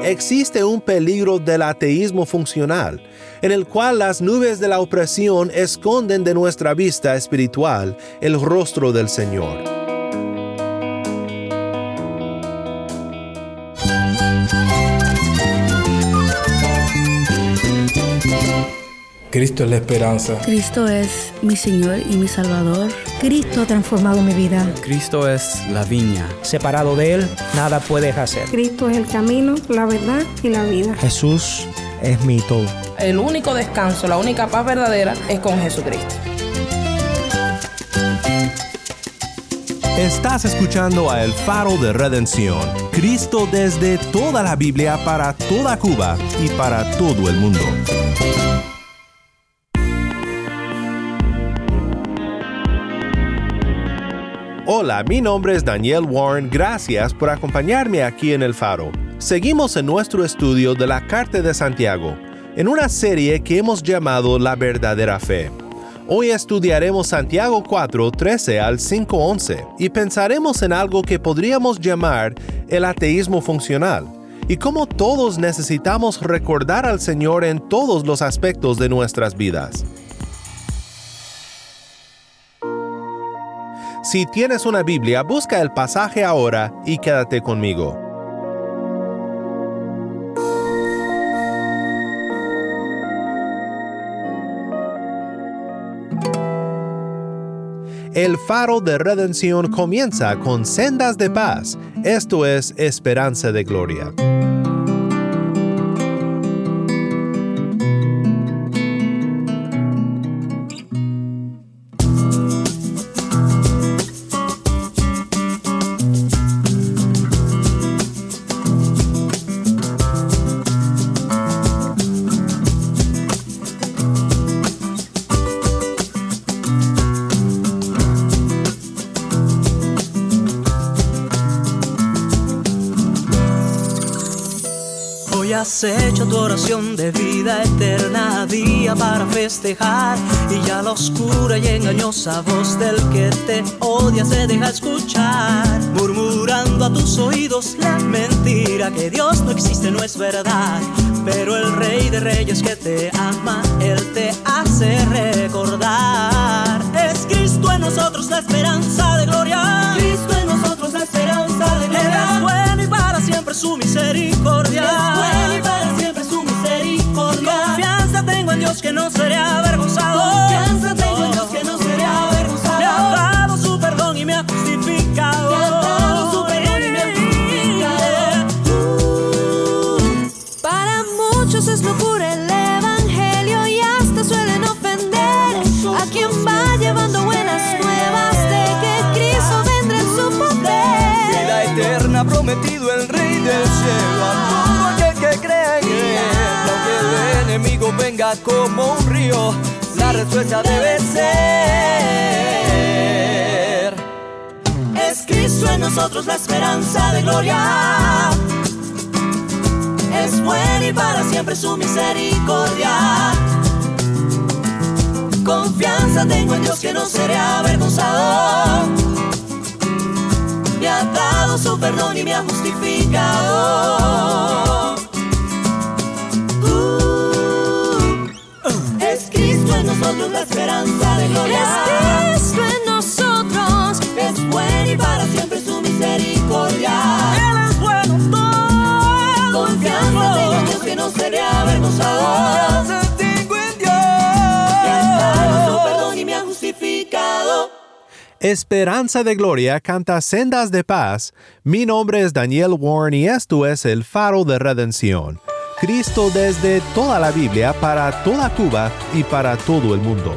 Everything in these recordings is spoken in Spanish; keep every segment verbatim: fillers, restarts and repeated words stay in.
Existe un peligro del ateísmo funcional, en el cual las nubes de la opresión esconden de nuestra vista espiritual el rostro del Señor. Cristo es la esperanza. Cristo es mi Señor y mi Salvador. Cristo ha transformado mi vida. Cristo es la viña. Separado de Él, nada puedes hacer. Cristo es el camino, la verdad y la vida. Jesús es mi todo. El único descanso, la única paz verdadera es con Jesucristo. Estás escuchando a El Faro de Redención. Cristo desde toda la Biblia para toda Cuba y para todo el mundo. Hola, mi nombre es Daniel Warren. Gracias por acompañarme aquí en El Faro. Seguimos en nuestro estudio de la Carta de Santiago, en una serie que hemos llamado La Verdadera Fe. Hoy estudiaremos Santiago cuatro, trece al cinco, once y pensaremos en algo que podríamos llamar el ateísmo funcional y cómo todos necesitamos recordar al Señor en todos los aspectos de nuestras vidas. Si tienes una Biblia, busca el pasaje ahora y quédate conmigo. El Faro de Redención comienza con sendas de paz, esto es esperanza de gloria. Has hecho tu oración de vida eterna día para festejar, y ya la oscura y engañosa voz del que te odia se deja escuchar, murmurando a tus oídos la mentira que Dios no existe, no es verdad. Pero el Rey de Reyes que te ama, Él te hace recordar. Es Cristo en nosotros la esperanza de gloria. Cristo en nosotros la esperanza de gloria. Él es bueno y para siempre su misericordia. Es bueno y para siempre su misericordia. Confianza tengo en Dios que no seré avergonzado. Confianza tengo en Dios que no seré avergonzado. Me ha dado su perdón y me ha justificado. Me ha dado su perdón y me ha justificado. Para muchos es locura el evangelio y hasta suelen ofender a quien va llevando buenas nuevas de que Cristo vendrá en su poder. Vida eterna prometido el Rey del cielo a todo aquel que cree en Él. Aunque el enemigo venga como un río, la respuesta debe ser: es Cristo en nosotros la esperanza de gloria. Es bueno y para siempre su misericordia. Confianza tengo en Dios que no seré avergonzado. Me ha dado su perdón y me ha justificado. Uh, uh. Es Cristo en nosotros la esperanza de gloria. Es Cristo en nosotros. Es bueno y para siempre su misericordia. Él es bueno todo. Confianza tengo en Dios que no seré avergonzado. Confianza tengo en Dios. Me ha dado su perdón y me ha justificado. Esperanza de Gloria canta Sendas de Paz. Mi nombre es Daniel Warren y esto es El Faro de Redención. Cristo desde toda la Biblia para toda Cuba y para todo el mundo.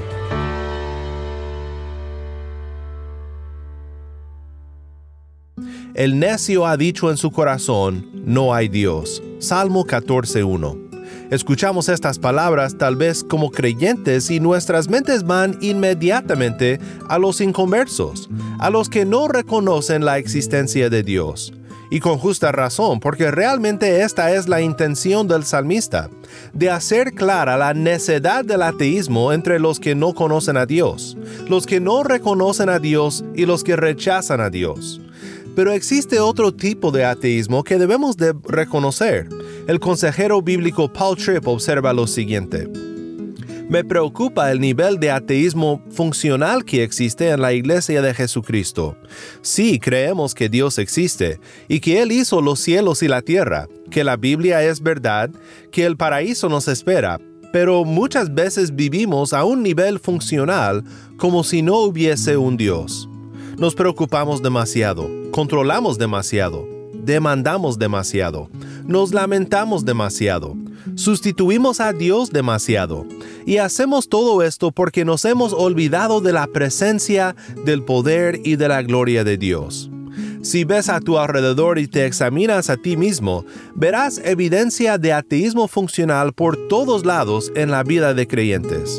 El necio ha dicho en su corazón, no hay Dios. Salmo catorce uno. Escuchamos estas palabras tal vez como creyentes y nuestras mentes van inmediatamente a los inconversos, a los que no reconocen la existencia de Dios. Y con justa razón, porque realmente esta es la intención del salmista, de hacer clara la necedad del ateísmo entre los que no conocen a Dios, los que no reconocen a Dios y los que rechazan a Dios. Pero existe otro tipo de ateísmo que debemos de reconocer, El consejero bíblico Paul Tripp observa lo siguiente: me preocupa el nivel de ateísmo funcional que existe en la Iglesia de Jesucristo. Sí, creemos que Dios existe y que Él hizo los cielos y la tierra, que la Biblia es verdad, que el paraíso nos espera, pero muchas veces vivimos a un nivel funcional como si no hubiese un Dios. Nos preocupamos demasiado, controlamos demasiado, demandamos demasiado, nos lamentamos demasiado, sustituimos a Dios demasiado, y hacemos todo esto porque nos hemos olvidado de la presencia, del poder y de la gloria de Dios. Si ves a tu alrededor y te examinas a ti mismo, verás evidencia de ateísmo funcional por todos lados en la vida de creyentes.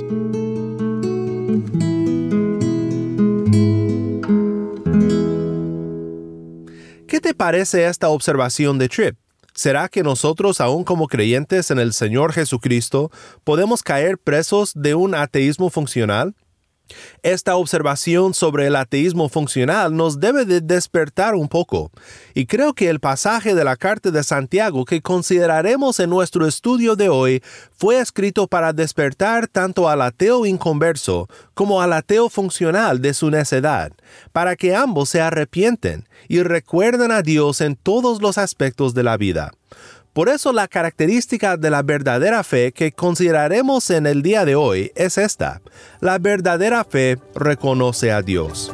¿Qué te parece esta observación de Tripp? ¿Será que nosotros, aún como creyentes en el Señor Jesucristo, podemos caer presos de un ateísmo funcional? Esta observación sobre el ateísmo funcional nos debe de despertar un poco, y creo que el pasaje de la carta de Santiago que consideraremos en nuestro estudio de hoy fue escrito para despertar tanto al ateo inconverso como al ateo funcional de su necedad, para que ambos se arrepienten y recuerden a Dios en todos los aspectos de la vida. Por eso la característica de la verdadera fe que consideraremos en el día de hoy es esta: la verdadera fe reconoce a Dios.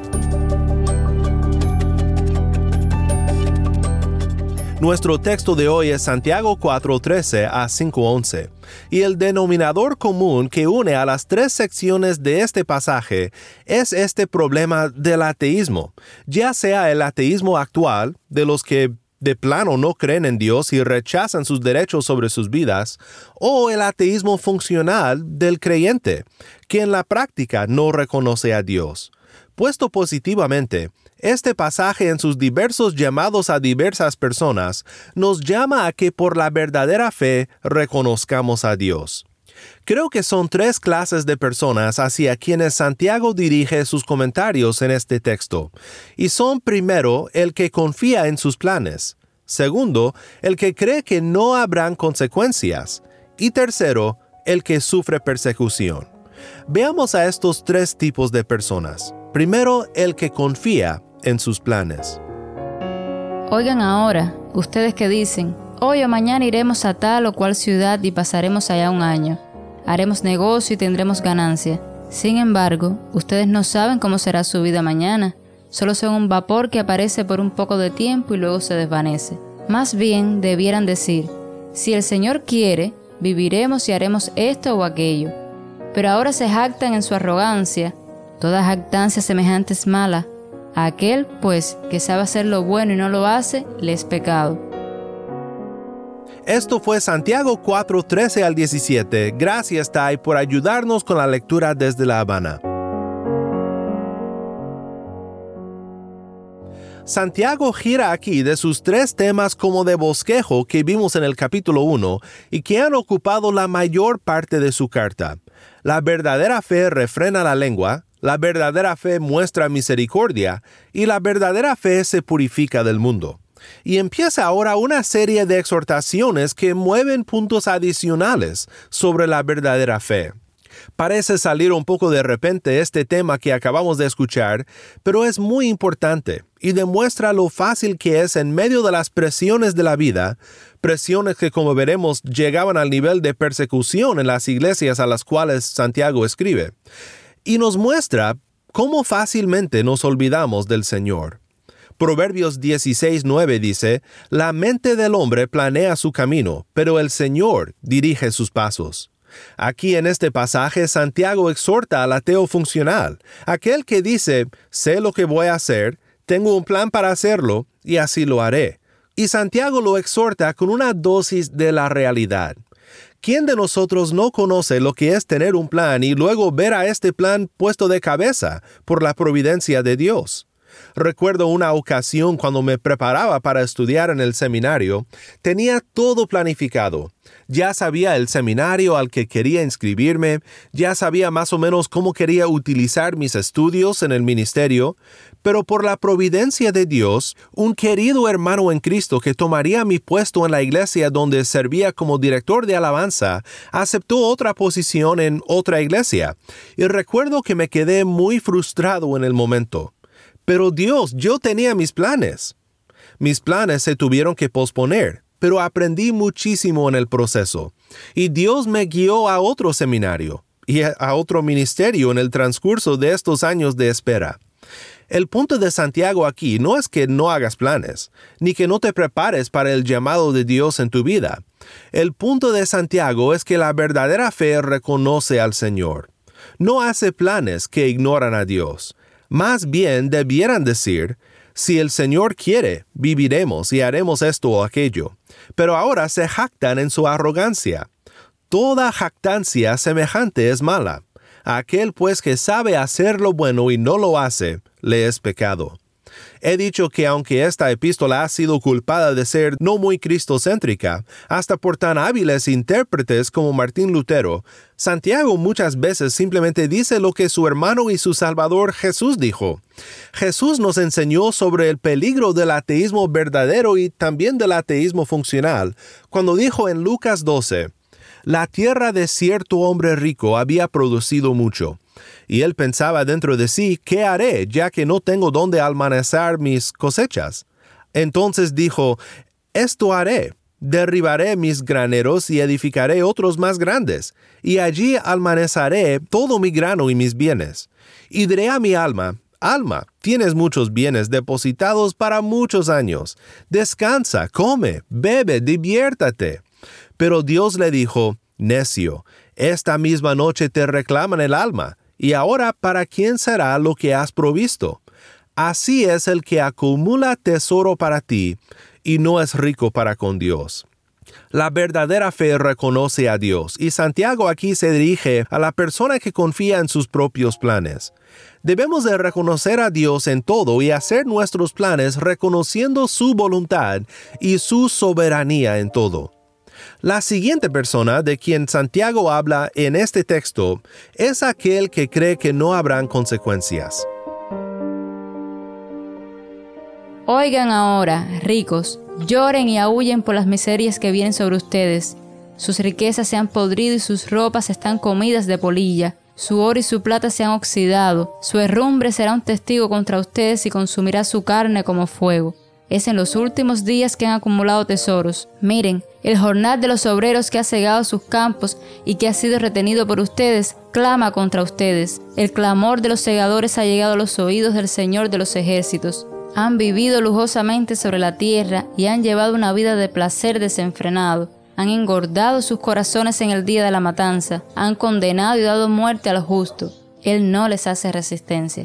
Nuestro texto de hoy es Santiago cuatro trece a cinco once, y el denominador común que une a las tres secciones de este pasaje es este problema del ateísmo, ya sea el ateísmo actual, de los que de plano no creen en Dios y rechazan sus derechos sobre sus vidas, o el ateísmo funcional del creyente, que en la práctica no reconoce a Dios. Puesto positivamente, este pasaje en sus diversos llamados a diversas personas nos llama a que por la verdadera fe reconozcamos a Dios. Creo que son tres clases de personas hacia quienes Santiago dirige sus comentarios en este texto, y son primero el que confía en sus planes, segundo, el que cree que no habrán consecuencias, y tercero, el que sufre persecución. Veamos a estos tres tipos de personas. Primero, el que confía en sus planes. Oigan ahora, ustedes que dicen: hoy o mañana iremos a tal o cual ciudad y pasaremos allá un año. Haremos negocio y tendremos ganancia. Sin embargo, ustedes no saben cómo será su vida mañana. Solo son un vapor que aparece por un poco de tiempo y luego se desvanece. Más bien debieran decir: si el Señor quiere, viviremos y haremos esto o aquello. Pero ahora se jactan en su arrogancia. Toda jactancia semejante es mala. A aquel, pues, que sabe hacer lo bueno y no lo hace, le es pecado. Esto fue Santiago cuatro trece al diecisiete. Gracias, Tai, por ayudarnos con la lectura desde La Habana. Santiago gira aquí de sus tres temas como de bosquejo que vimos en el capítulo uno y que han ocupado la mayor parte de su carta. La verdadera fe refrena la lengua, la verdadera fe muestra misericordia y la verdadera fe se purifica del mundo. Y empieza ahora una serie de exhortaciones que mueven puntos adicionales sobre la verdadera fe. Parece salir un poco de repente este tema que acabamos de escuchar, pero es muy importante y demuestra lo fácil que es en medio de las presiones de la vida, presiones que, como veremos, llegaban al nivel de persecución en las iglesias a las cuales Santiago escribe, y nos muestra cómo fácilmente nos olvidamos del Señor. Proverbios dieciséis nueve dice: la mente del hombre planea su camino, pero el Señor dirige sus pasos. Aquí en este pasaje Santiago exhorta al ateo funcional, aquel que dice: sé lo que voy a hacer, tengo un plan para hacerlo y así lo haré. Y Santiago lo exhorta con una dosis de la realidad. ¿Quién de nosotros no conoce lo que es tener un plan y luego ver a este plan puesto de cabeza por la providencia de Dios? Recuerdo una ocasión cuando me preparaba para estudiar en el seminario, tenía todo planificado. Ya sabía el seminario al que quería inscribirme, ya sabía más o menos cómo quería utilizar mis estudios en el ministerio, Pero por la providencia de Dios, un querido hermano en Cristo que tomaría mi puesto en la iglesia donde servía como director de alabanza, aceptó otra posición en otra iglesia, y recuerdo que me quedé muy frustrado en el momento. Pero Dios, yo tenía mis planes. Mis planes se tuvieron que posponer, pero aprendí muchísimo en el proceso, y Dios me guió a otro seminario y a otro ministerio en el transcurso de estos años de espera. El punto de Santiago aquí no es que no hagas planes, ni que no te prepares para el llamado de Dios en tu vida. El punto de Santiago es que la verdadera fe reconoce al Señor. No hace planes que ignoran a Dios. Más bien debieran decir, si el Señor quiere, viviremos y haremos esto o aquello. Pero ahora se jactan en su arrogancia. Toda jactancia semejante es mala. Aquel pues que sabe hacer lo bueno y no lo hace, le es pecado. He dicho que aunque esta epístola ha sido culpada de ser no muy cristocéntrica, hasta por tan hábiles intérpretes como Martín Lutero, Santiago muchas veces simplemente dice lo que su hermano y su Salvador Jesús dijo. Jesús nos enseñó sobre el peligro del ateísmo verdadero y también del ateísmo funcional, cuando dijo en Lucas doce, «La tierra de cierto hombre rico había producido mucho». Y él pensaba dentro de sí, ¿qué haré, ya que no tengo dónde almacenar mis cosechas? Entonces dijo, esto haré, derribaré mis graneros y edificaré otros más grandes, y allí almacenaré todo mi grano y mis bienes. Y diré a mi alma, alma, tienes muchos bienes depositados para muchos años. Descansa, come, bebe, diviértate. Pero Dios le dijo, necio, esta misma noche te reclaman el alma. Y ahora, ¿para quién será lo que has provisto? Así es el que acumula tesoro para ti y no es rico para con Dios. La verdadera fe reconoce a Dios, y Santiago aquí se dirige a la persona que confía en sus propios planes. Debemos de reconocer a Dios en todo y hacer nuestros planes reconociendo su voluntad y su soberanía en todo. La siguiente persona de quien Santiago habla en este texto es aquel que cree que no habrán consecuencias. Oigan ahora, ricos, lloren y aúllen por las miserias que vienen sobre ustedes. Sus riquezas se han podrido y sus ropas están comidas de polilla. Su oro y su plata se han oxidado. Su herrumbre será un testigo contra ustedes y consumirá su carne como fuego. Es en los últimos días que han acumulado tesoros. Miren, el jornal de los obreros que ha cegado sus campos y que ha sido retenido por ustedes, clama contra ustedes. El clamor de los segadores ha llegado a los oídos del Señor de los ejércitos. Han vivido lujosamente sobre la tierra y han llevado una vida de placer desenfrenado. Han engordado sus corazones en el día de la matanza. Han condenado y dado muerte al justo. Él no les hace resistencia.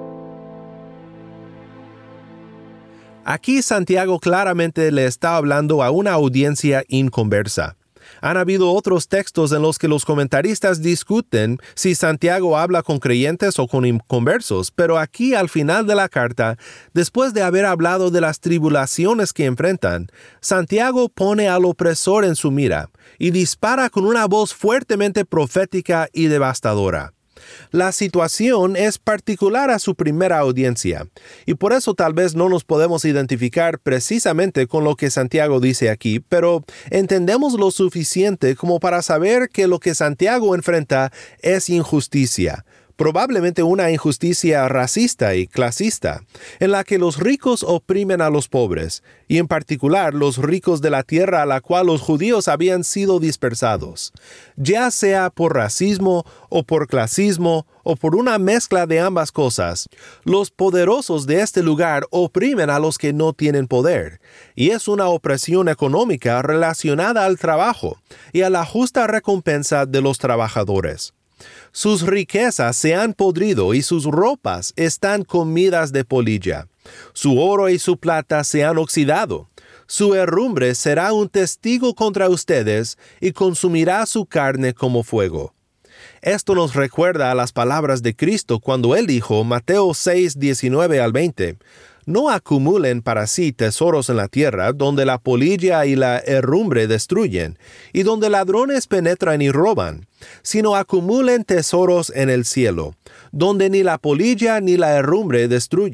Aquí Santiago claramente le está hablando a una audiencia inconversa. Han habido otros textos en los que los comentaristas discuten si Santiago habla con creyentes o con inconversos, pero aquí al final de la carta, después de haber hablado de las tribulaciones que enfrentan, Santiago pone al opresor en su mira y dispara con una voz fuertemente profética y devastadora. La situación es particular a su primera audiencia, y por eso tal vez no nos podemos identificar precisamente con lo que Santiago dice aquí, pero entendemos lo suficiente como para saber que lo que Santiago enfrenta es injusticia, probablemente una injusticia racista y clasista, en la que los ricos oprimen a los pobres, y en particular los ricos de la tierra a la cual los judíos habían sido dispersados, ya sea por racismo o por clasismo o por una mezcla de ambas cosas. Los poderosos de este lugar oprimen a los que no tienen poder, y es una opresión económica relacionada al trabajo y a la justa recompensa de los trabajadores. Sus riquezas se han podrido y sus ropas están comidas de polilla. Su oro y su plata se han oxidado. Su herrumbre será un testigo contra ustedes y consumirá su carne como fuego. Esto nos recuerda a las palabras de Cristo cuando Él dijo, Mateo seis, diecinueve al veinte, «No acumulen para sí tesoros en la tierra, donde la polilla y la herrumbre destruyen, y donde ladrones penetran y roban, sino acumulen tesoros en el cielo, donde ni la polilla ni la herrumbre destruyen,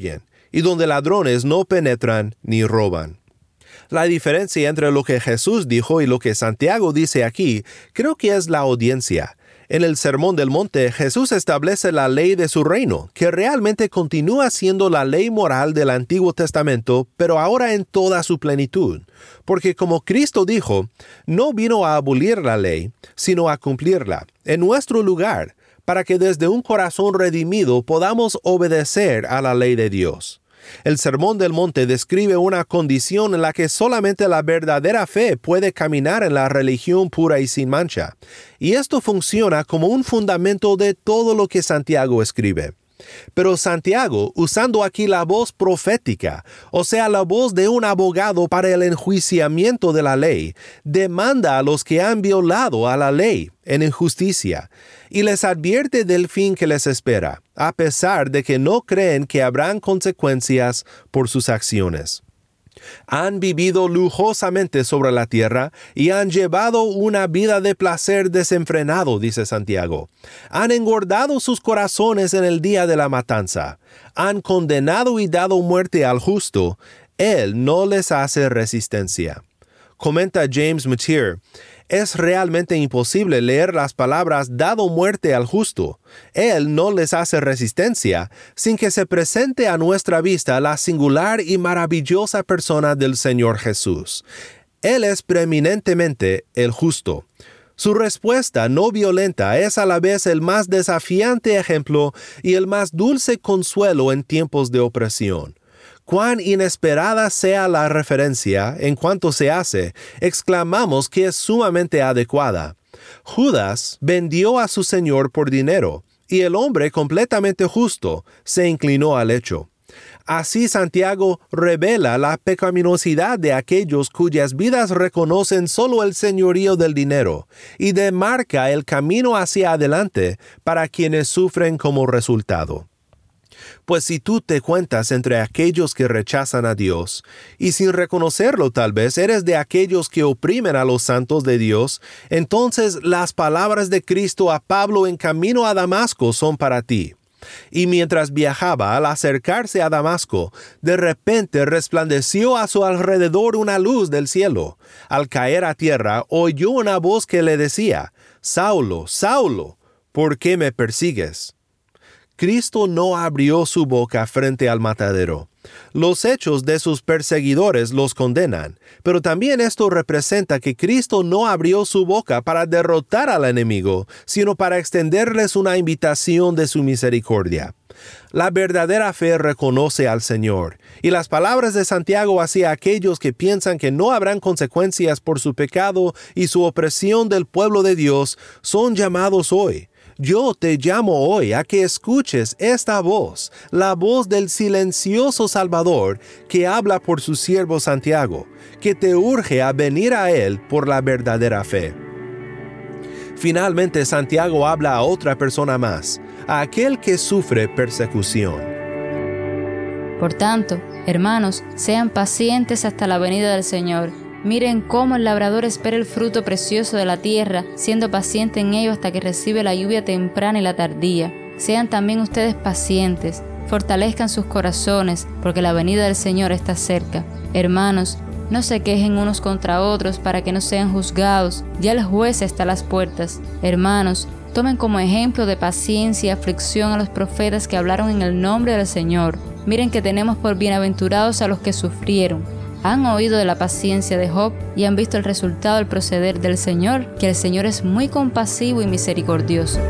y donde ladrones no penetran ni roban. La diferencia entre lo que Jesús dijo y lo que Santiago dice aquí, creo que es la audiencia. En el Sermón del Monte, Jesús establece la ley de su reino, que realmente continúa siendo la ley moral del Antiguo Testamento, pero ahora en toda su plenitud. Porque como Cristo dijo, no vino a abolir la ley, sino a cumplirla, en nuestro lugar, para que desde un corazón redimido podamos obedecer a la ley de Dios. El Sermón del Monte describe una condición en la que solamente la verdadera fe puede caminar en la religión pura y sin mancha. Y esto funciona como un fundamento de todo lo que Santiago escribe. Pero Santiago, usando aquí la voz profética, o sea, la voz de un abogado para el enjuiciamiento de la ley, demanda a los que han violado a la ley en injusticia y les advierte del fin que les espera, a pesar de que no creen que habrán consecuencias por sus acciones. Han vivido lujosamente sobre la tierra y han llevado una vida de placer desenfrenado, dice Santiago. Han engordado sus corazones en el día de la matanza. Han condenado y dado muerte al justo. Él no les hace resistencia. Comenta James Matier, es realmente imposible leer las palabras dado muerte al justo. Él no les hace resistencia sin que se presente a nuestra vista la singular y maravillosa persona del Señor Jesús. Él es preeminentemente el justo. Su respuesta no violenta es a la vez el más desafiante ejemplo y el más dulce consuelo en tiempos de opresión. Cuán inesperada sea la referencia en cuanto se hace, exclamamos que es sumamente adecuada. Judas vendió a su Señor por dinero, y el hombre completamente justo se inclinó al hecho. Así Santiago revela la pecaminosidad de aquellos cuyas vidas reconocen solo el señorío del dinero, y demarca el camino hacia adelante para quienes sufren como resultado. Pues si tú te cuentas entre aquellos que rechazan a Dios, y sin reconocerlo tal vez eres de aquellos que oprimen a los santos de Dios, entonces las palabras de Cristo a Pablo en camino a Damasco son para ti. Y mientras viajaba, al acercarse a Damasco, de repente resplandeció a su alrededor una luz del cielo. Al caer a tierra, oyó una voz que le decía, «Saulo, Saulo, ¿por qué me persigues?» Cristo no abrió su boca frente al matadero. Los hechos de sus perseguidores los condenan, pero también esto representa que Cristo no abrió su boca para derrotar al enemigo, sino para extenderles una invitación de su misericordia. La verdadera fe reconoce al Señor, y las palabras de Santiago hacia aquellos que piensan que no habrán consecuencias por su pecado y su opresión del pueblo de Dios son llamados hoy. Yo te llamo hoy a que escuches esta voz, la voz del silencioso Salvador que habla por su siervo Santiago, que te urge a venir a Él por la verdadera fe. Finalmente, Santiago habla a otra persona más, a aquel que sufre persecución. Por tanto, hermanos, sean pacientes hasta la venida del Señor. Miren cómo el labrador espera el fruto precioso de la tierra, siendo paciente en ello hasta que recibe la lluvia temprana y la tardía. Sean también ustedes pacientes, fortalezcan sus corazones, porque la venida del Señor está cerca. Hermanos, no se quejen unos contra otros para que no sean juzgados, ya el juez está a las puertas. Hermanos, tomen como ejemplo de paciencia y aflicción a los profetas que hablaron en el nombre del Señor. Miren que tenemos por bienaventurados a los que sufrieron. Han oído de la paciencia de Job y han visto el resultado del proceder del Señor, que el Señor es muy compasivo y misericordioso.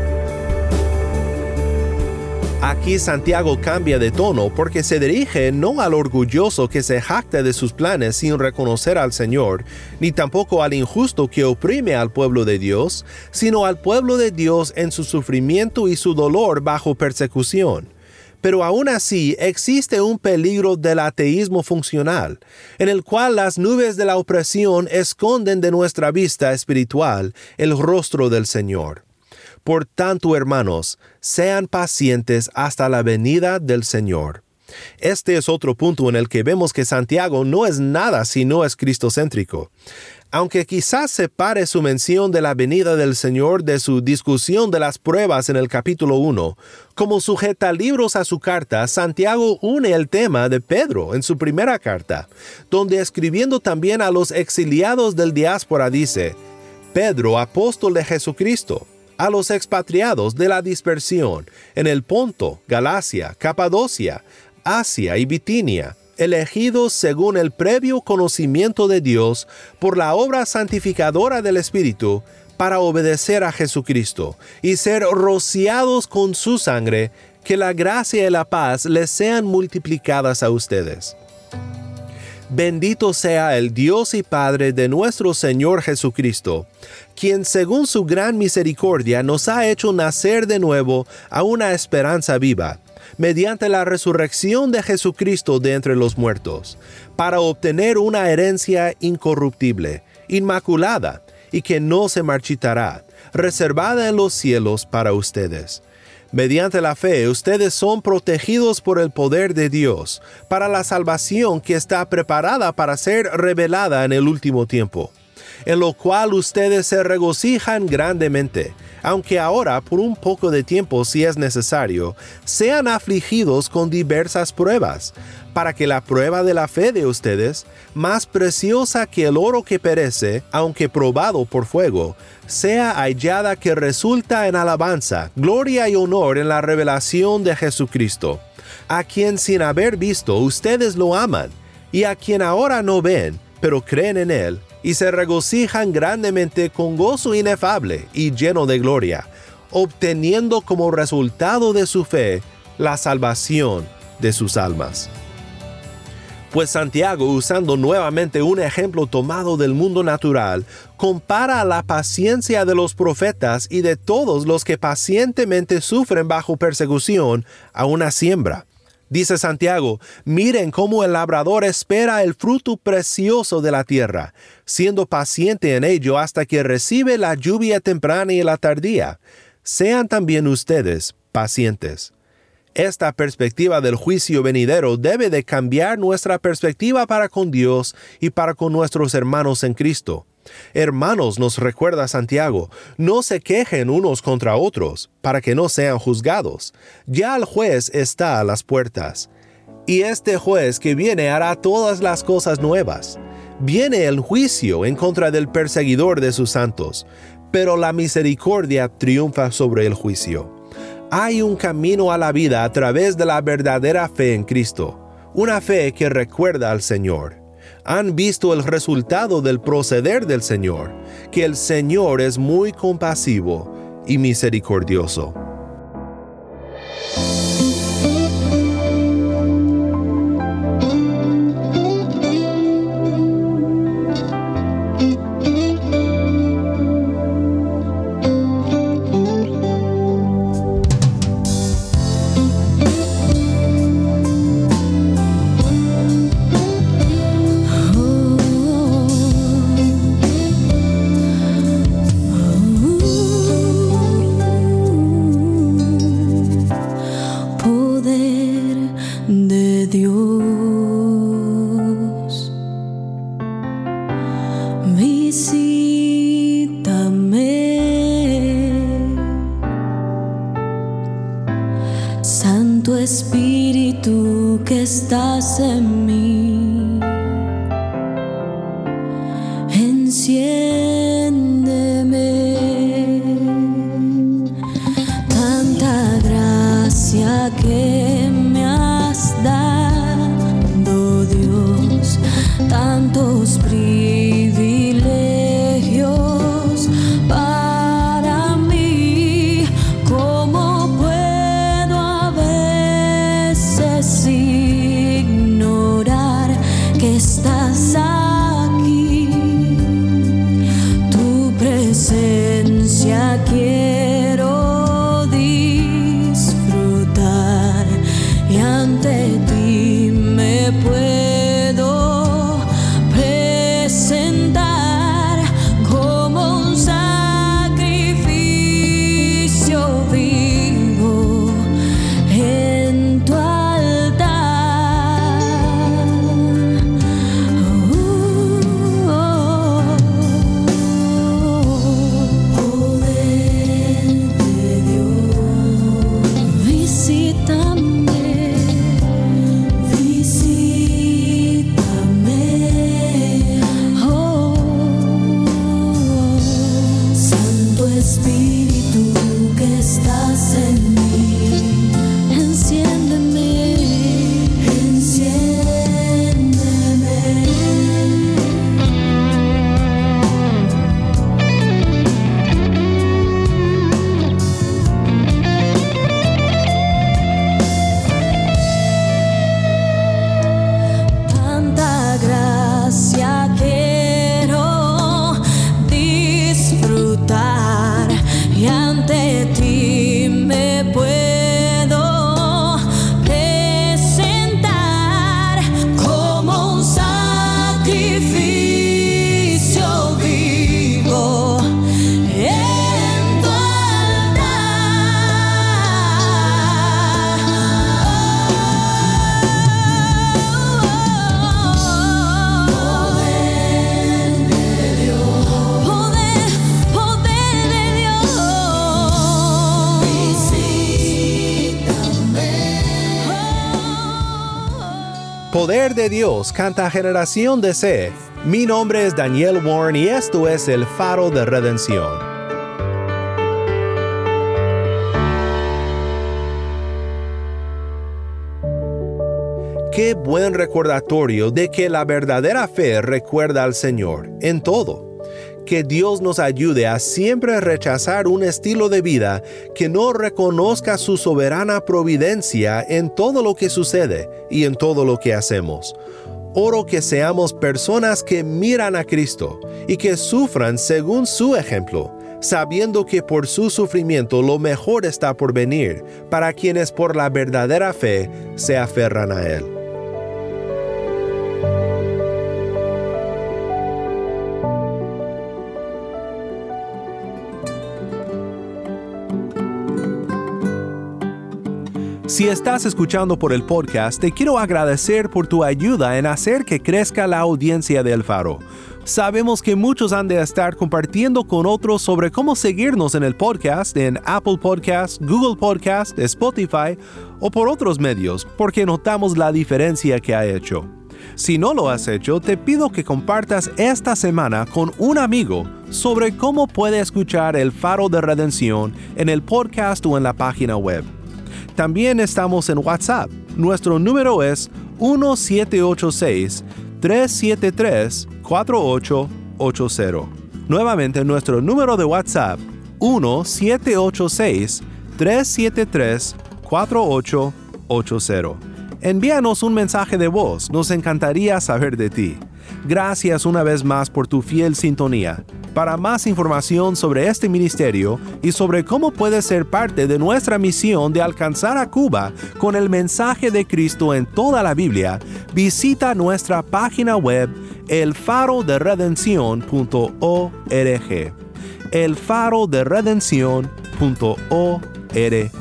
Aquí Santiago cambia de tono porque se dirige no al orgulloso que se jacta de sus planes sin reconocer al Señor, ni tampoco al injusto que oprime al pueblo de Dios, sino al pueblo de Dios en su sufrimiento y su dolor bajo persecución. Pero aún así existe un peligro del ateísmo funcional, en el cual las nubes de la opresión esconden de nuestra vista espiritual el rostro del Señor. Por tanto, hermanos, sean pacientes hasta la venida del Señor. Este es otro punto en el que vemos que Santiago no es nada si no es cristocéntrico. Aunque quizás separe su mención de la venida del Señor de su discusión de las pruebas en el capítulo uno, como sujeta libros a su carta, Santiago une el tema de Pedro en su primera carta, donde escribiendo también a los exiliados del diáspora dice: Pedro, apóstol de Jesucristo, a los expatriados de la dispersión en el Ponto, Galacia, Capadocia, Asia y Bitinia, elegidos según el previo conocimiento de Dios por la obra santificadora del Espíritu, para obedecer a Jesucristo y ser rociados con su sangre, que la gracia y la paz les sean multiplicadas a ustedes. Bendito sea el Dios y Padre de nuestro Señor Jesucristo, quien según su gran misericordia nos ha hecho nacer de nuevo a una esperanza viva, mediante la resurrección de Jesucristo de entre los muertos, para obtener una herencia incorruptible, inmaculada, y que no se marchitará, reservada en los cielos para ustedes. Mediante la fe, ustedes son protegidos por el poder de Dios, para la salvación que está preparada para ser revelada en el último tiempo, en lo cual ustedes se regocijan grandemente, aunque ahora por un poco de tiempo, si es necesario, sean afligidos con diversas pruebas, para que la prueba de la fe de ustedes, más preciosa que el oro que perece, aunque probado por fuego, sea hallada que resulta en alabanza, gloria y honor en la revelación de Jesucristo, a quien sin haber visto ustedes lo aman, y a quien ahora no ven, pero creen en él, y se regocijan grandemente con gozo inefable y lleno de gloria, obteniendo como resultado de su fe la salvación de sus almas. Pues Santiago, usando nuevamente un ejemplo tomado del mundo natural, compara la paciencia de los profetas y de todos los que pacientemente sufren bajo persecución a una siembra. Dice Santiago: miren cómo el labrador espera el fruto precioso de la tierra, siendo paciente en ello hasta que recibe la lluvia temprana y la tardía. Sean también ustedes pacientes. Esta perspectiva del juicio venidero debe de cambiar nuestra perspectiva para con Dios y para con nuestros hermanos en Cristo. Hermanos, nos recuerda Santiago, no se quejen unos contra otros, para que no sean juzgados. Ya el juez está a las puertas. Y este juez que viene hará todas las cosas nuevas. Viene el juicio en contra del perseguidor de sus santos, pero la misericordia triunfa sobre el juicio. Hay un camino a la vida a través de la verdadera fe en Cristo, una fe que recuerda al Señor. Han visto el resultado del proceder del Señor, que el Señor es muy compasivo y misericordioso. Espíritu que estás en mí, enciéndeme. Tanta gracia que me has dado, Dios, tantos privilegios para mí. ¿Cómo puedo a veces ignorar que estás aquí? Tu presencia quiero disfrutar y ante ti me puedo presentar como un sacrificio vivo en tu altar. Espíritu que estás en mí, enciéndeme, enciéndeme. Tanta gracia quiero disfrutar y ante ti me puedo presentar como un sacrificio vivo en tu Poder de Dios canta Generación de C. Mi nombre es Daniel Warren y esto es el Faro de Redención. Qué buen recordatorio de que la verdadera fe recuerda al Señor en todo. Que Dios nos ayude a siempre rechazar un estilo de vida que no reconozca su soberana providencia en todo lo que sucede y en todo lo que hacemos. Oro que seamos personas que miran a Cristo y que sufran según su ejemplo, sabiendo que por su sufrimiento lo mejor está por venir para quienes por la verdadera fe se aferran a Él. Si estás escuchando por el podcast, te quiero agradecer por tu ayuda en hacer que crezca la audiencia de El Faro. Sabemos que muchos han de estar compartiendo con otros sobre cómo seguirnos en el podcast, en Apple Podcasts, Google Podcasts, Spotify o por otros medios, porque notamos la diferencia que ha hecho. Si no lo has hecho, te pido que compartas esta semana con un amigo sobre cómo puede escuchar El Faro de Redención en el podcast o en la página web. También estamos en WhatsApp. Nuestro número es uno siete ocho seis, tres siete tres, cuatro ocho ocho cero. Nuevamente nuestro número de WhatsApp uno siete ocho seis, tres siete tres, cuatro ocho ocho cero. Envíanos un mensaje de voz, nos encantaría saber de ti. Gracias una vez más por tu fiel sintonía. Para más información sobre este ministerio y sobre cómo puedes ser parte de nuestra misión de alcanzar a Cuba con el mensaje de Cristo en toda la Biblia, visita nuestra página web el faro de redención punto org. el faro de redención punto org.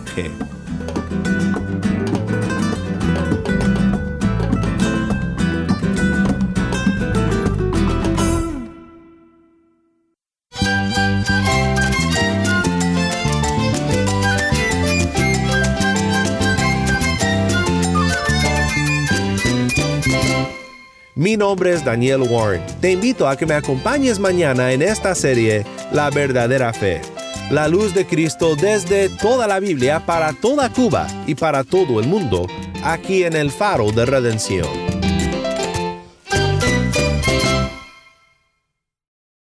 Mi nombre es Daniel Warren. Te invito a que me acompañes mañana en esta serie La Verdadera Fe. La luz de Cristo desde toda la Biblia para toda Cuba y para todo el mundo, aquí en el Faro de Redención.